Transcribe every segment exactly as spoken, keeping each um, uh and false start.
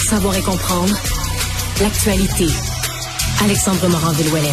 savoir et comprendre l'actualité. Alexandre Morin-Villouellette.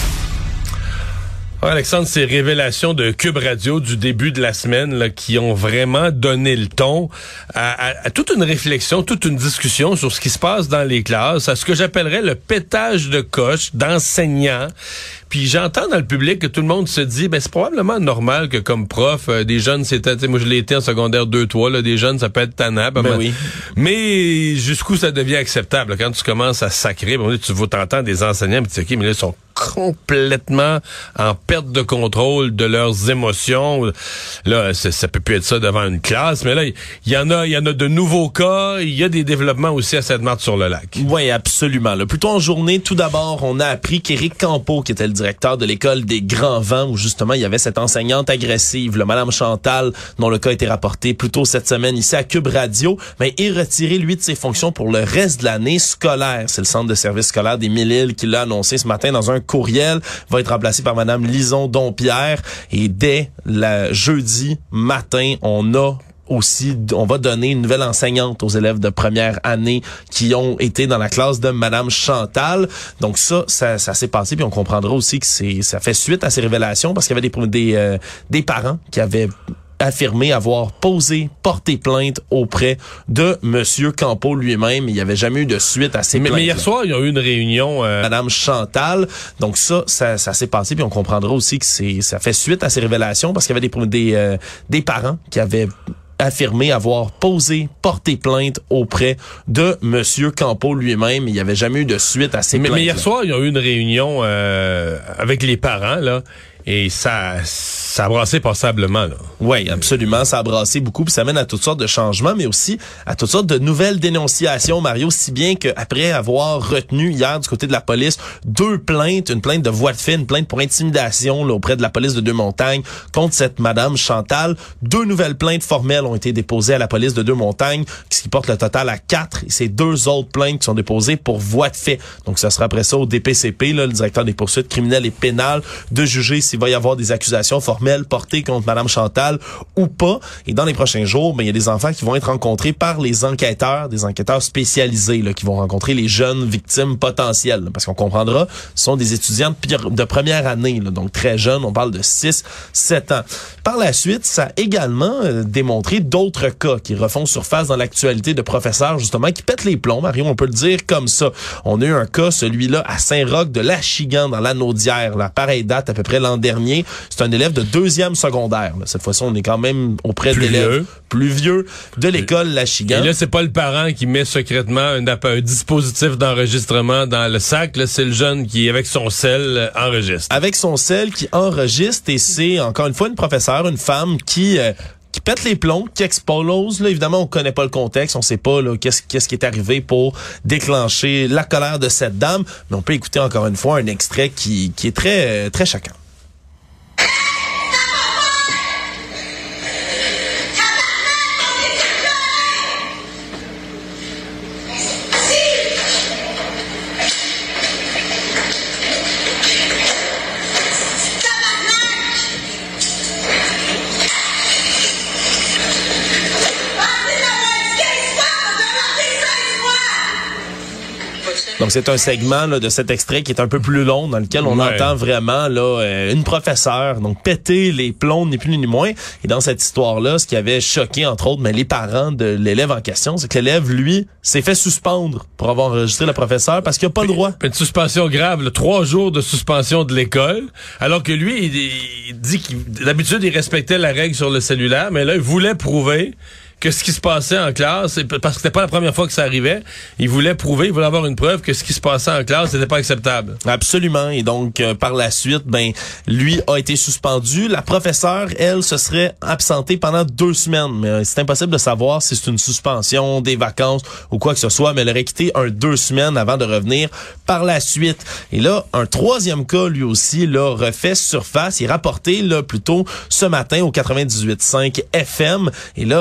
Ouais, Alexandre, ces révélations de Cube Radio du début de la semaine là, qui ont vraiment donné le ton à, à, à toute une réflexion, toute une discussion sur ce qui se passe dans les classes, à ce que j'appellerais le pétage de coche d'enseignants. Puis j'entends dans le public que tout le monde se dit, ben c'est probablement normal que comme prof, euh, des jeunes, c'était, moi je l'ai été en secondaire deux trois, là, des jeunes, ça peut être tannant. Ben ben oui. Mais jusqu'où ça devient acceptable? Là, quand tu commences à sacrer, ben, tu vas t'entendre des enseignants, puis tu dis, OK, mais là, ils sont complètement en perte de contrôle de leurs émotions. Là, ça peut plus être ça devant une classe, mais là, il y, y en a, il y en a de nouveaux cas. Il y a des développements aussi à Sainte-Marthe-sur-le-Lac. Oui, absolument. Là, plutôt en journée, tout d'abord, on a appris qu'Éric Campeau, qui était le directeur de l'école des Grands Vents, où justement il y avait cette enseignante agressive, là, Madame Chantal, dont le cas a été rapporté plus tôt cette semaine ici à Cube Radio, mais est retiré, lui, de ses fonctions pour le reste de l'année scolaire. C'est le centre de service scolaire des Mille-Îles qui l'a annoncé ce matin dans un courriel, va être remplacé par Madame Lison Dompierre. Et dès le jeudi matin, on a aussi, on va donner une nouvelle enseignante aux élèves de première année qui ont été dans la classe de Madame Chantal. Donc ça, ça, ça s'est passé, puis on comprendra aussi que c'est, ça fait suite à ces révélations parce qu'il y avait des, des, euh, des parents qui avaient affirmé avoir posé, porté plainte auprès de Monsieur Campeau lui-même. Il n'y avait jamais eu de suite à ces mais, plaintes. Mais hier soir, il y a eu une réunion... Euh... Madame Chantal. Donc ça, ça, ça s'est passé, puis on comprendra aussi que c'est, ça fait suite à ces révélations parce qu'il y avait des, des, euh, des parents qui avaient affirmé avoir posé, porté plainte auprès de Monsieur Campeau lui-même. Il n'y avait jamais eu de suite à ces mais, plaintes. Mais hier soir, il y a eu une réunion euh, avec les parents, là, et ça, ça a brassé passablement, là. Oui, absolument. Ça a brassé beaucoup, puis ça mène à toutes sortes de changements, mais aussi à toutes sortes de nouvelles dénonciations, Mario, si bien qu'après avoir retenu hier du côté de la police deux plaintes, une plainte de voie de fait, une plainte pour intimidation là, auprès de la police de Deux-Montagnes contre cette Madame Chantal, deux nouvelles plaintes formelles ont été déposées à la police de Deux-Montagnes, ce qui porte le total à quatre, et c'est deux autres plaintes qui sont déposées pour voie de fait. Donc, ça sera après ça au D P C P, là, le directeur des poursuites criminelles et pénales, de juger s'il va y avoir des accusations formelles portées contre Madame Chantal ou pas. Et dans les prochains jours, ben, il y a des enfants qui vont être rencontrés par les enquêteurs, des enquêteurs spécialisés, là, qui vont rencontrer les jeunes victimes potentielles. Là, parce qu'on comprendra, ce sont des étudiants de, de première année, là, donc très jeunes, on parle de six sept ans. Par la suite, ça a également euh, démontré d'autres cas qui refont surface dans l'actualité de professeurs, justement, qui pètent les plombs, Mario, on peut le dire comme ça. On a eu un cas, celui-là, à Saint-Roch de l'Achigan, dans l'Anaudière, la pareille date, à peu près l'an dernier. C'est un élève de deuxième secondaire. Là. Cette fois-ci, on est quand même auprès plus d'élèves vieux. plus vieux de l'école l'Achigan. Et là, c'est pas le parent qui met secrètement un, un dispositif d'enregistrement dans le sac. Là, c'est le jeune qui, avec son sel, enregistre. Avec son sel qui enregistre, et c'est encore une fois une professeure, une femme qui... Euh, qui pète les plombs, qui explose. Là, évidemment, on connaît pas le contexte, on sait pas là, qu'est-ce, qu'est-ce qui est arrivé pour déclencher la colère de cette dame, mais on peut écouter encore une fois un extrait qui, qui est très, très choquant. Donc, c'est un segment là, de cet extrait qui est un peu plus long, dans lequel on ouais. entend vraiment là euh, une professeure donc péter les plombs, ni plus ni moins. Et dans cette histoire-là, ce qui avait choqué, entre autres, mais les parents de l'élève en question, c'est que l'élève, lui, s'est fait suspendre pour avoir enregistré le professeur parce qu'il n'a pas le droit. Une suspension grave, là, trois jours de suspension de l'école, alors que lui, il, il dit qu'il d'habitude, il respectait la règle sur le cellulaire, mais là, il voulait prouver que ce qui se passait en classe, parce que c'était pas la première fois que ça arrivait, il voulait prouver, il voulait avoir une preuve que ce qui se passait en classe n'était pas acceptable. Absolument. Et donc, euh, par la suite, ben, lui a été suspendu. La professeure, elle, se serait absentée pendant deux semaines. Mais euh, c'est impossible de savoir si c'est une suspension, des vacances ou quoi que ce soit, mais elle aurait quitté un deux semaines avant de revenir par la suite. Et là, un troisième cas, lui aussi, là, refait surface. Il est rapporté, là, plutôt ce matin au quatre-vingt-dix-huit virgule cinq F M. Et là, c'est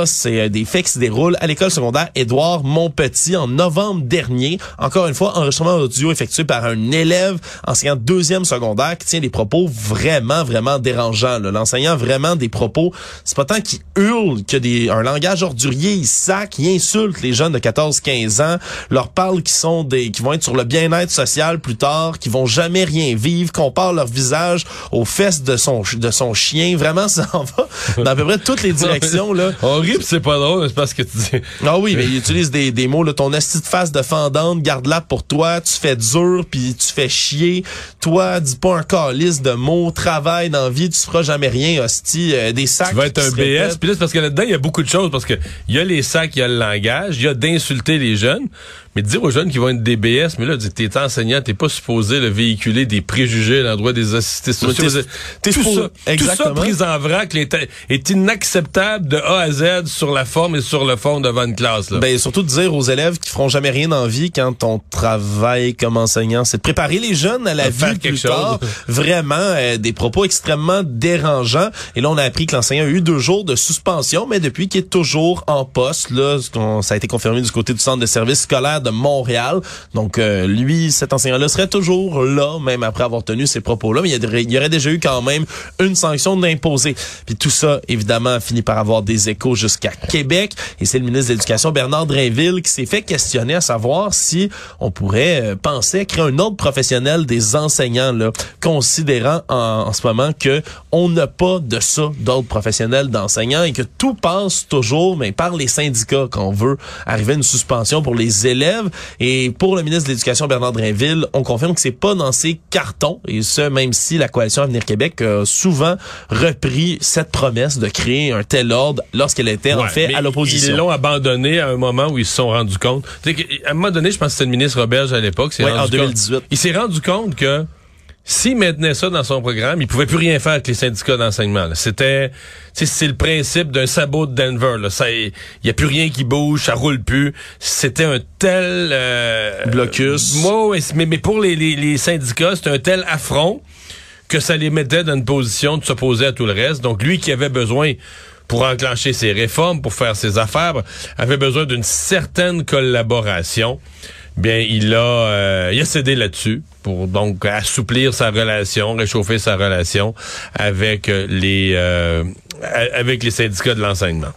des faits qui se déroulent à l'école secondaire Édouard Montpetit en novembre dernier. Encore une fois, enregistrement audio effectué par un élève enseignant deuxième secondaire qui tient des propos vraiment, vraiment dérangeants. Là. L'enseignant vraiment des propos, c'est pas tant qu'il hurle que des un langage ordurier, il sac, il insulte les jeunes de quatorze quinze ans, leur parle qui sont des qui vont être sur le bien-être social plus tard, qui vont jamais rien vivre, compare leur visage aux fesses de son de son chien. Vraiment, ça en va dans à peu près toutes les directions. Là. Horrible, c'est pas drôle, c'est pas ce que tu dis. Ah oui, mais il utilise des, des mots, là, ton asti de face de fendante, garde-la pour toi, tu fais dur puis tu fais chier. Toi, dis pas un calice de mots, travaille dans la vie, tu feras jamais rien, hostie, euh, des sacs. Tu vas être un B S, puis là, c'est parce que là-dedans, il y a beaucoup de choses, parce que il y a les sacs, il y a le langage, il y a d'insulter les jeunes, mais de dire aux jeunes qui vont être des B S, mais là, t'es enseignant, t'es pas supposé le véhiculer des préjugés à l'endroit des assistés sociaux. T'es, t'es tout, supposé, ça, tout ça pris en vrac est, est inacceptable de A à Z sur la forme et sur le fond devant une classe. Là. Ben surtout de dire aux élèves qui feront jamais rien en vie quand ton travail comme enseignant, c'est de préparer les jeunes à la de vie plus tard. Vraiment, euh, des propos extrêmement dérangeants. Et là, on a appris que l'enseignant a eu deux jours de suspension, mais depuis qu'il est toujours en poste, là, ça a été confirmé du côté du centre de service scolaire de Montréal. Donc, euh, lui, cet enseignant-là serait toujours là, même après avoir tenu ces propos-là, mais il y, a, il y aurait déjà eu quand même une sanction d'imposer. Puis tout ça, évidemment, finit par avoir des échos jusqu'à Québec. Et c'est le ministre de l'Éducation, Bernard Drinville, qui s'est fait questionner à savoir si on pourrait euh, penser à créer un ordre professionnel des enseignants, là, considérant en, en ce moment que on n'a pas de ça, d'ordre professionnel d'enseignants, et que tout passe toujours, mais par les syndicats quand on veut arriver à une suspension pour les élèves. Et pour le ministre de l'Éducation, Bernard Drinville, on confirme que c'est pas dans ses cartons, et ce, même si la Coalition Avenir Québec a souvent repris cette promesse de créer un tel ordre lorsqu'elle était ouais, en fait à l'opposition. Ils l'ont abandonné à un moment où ils se sont rendus compte. Tu sais, à un moment donné, je pense que c'était le ministre Roberge à l'époque. Oui, en deux mille dix-huit. Compte, il s'est rendu compte que s'il maintenait ça dans son programme, il pouvait plus rien faire avec les syndicats d'enseignement. Là. C'était, c'est le principe d'un sabot de Denver. Là. Ça, il y a plus rien qui bouge, ça roule plus. C'était un tel euh, blocus. Moi, mais, mais pour les, les, les syndicats, c'était un tel affront que ça les mettait dans une position de s'opposer à tout le reste. Donc lui qui avait besoin pour enclencher ses réformes, pour faire ses affaires, avait besoin d'une certaine collaboration. Bien, il a, euh, il a cédé là-dessus pour donc assouplir sa relation, réchauffer sa relation avec les, euh, avec les syndicats de l'enseignement.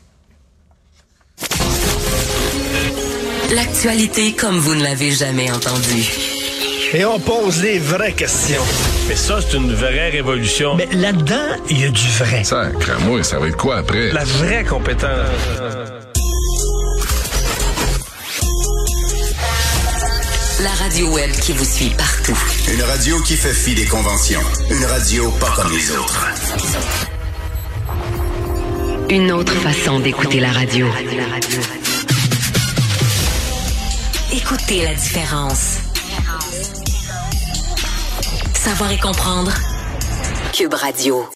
L'actualité comme vous ne l'avez jamais entendue. Et on pose les vraies questions. Mais ça, c'est une vraie révolution. Mais là-dedans, il y a du vrai. Ça, crame-moi, ça va être quoi après? La vraie compétence. La radio web qui vous suit partout. Une radio qui fait fi des conventions. Une radio pas comme les autres. Une autre façon d'écouter la radio. Écoutez la différence. Savoir et comprendre. Cube Radio.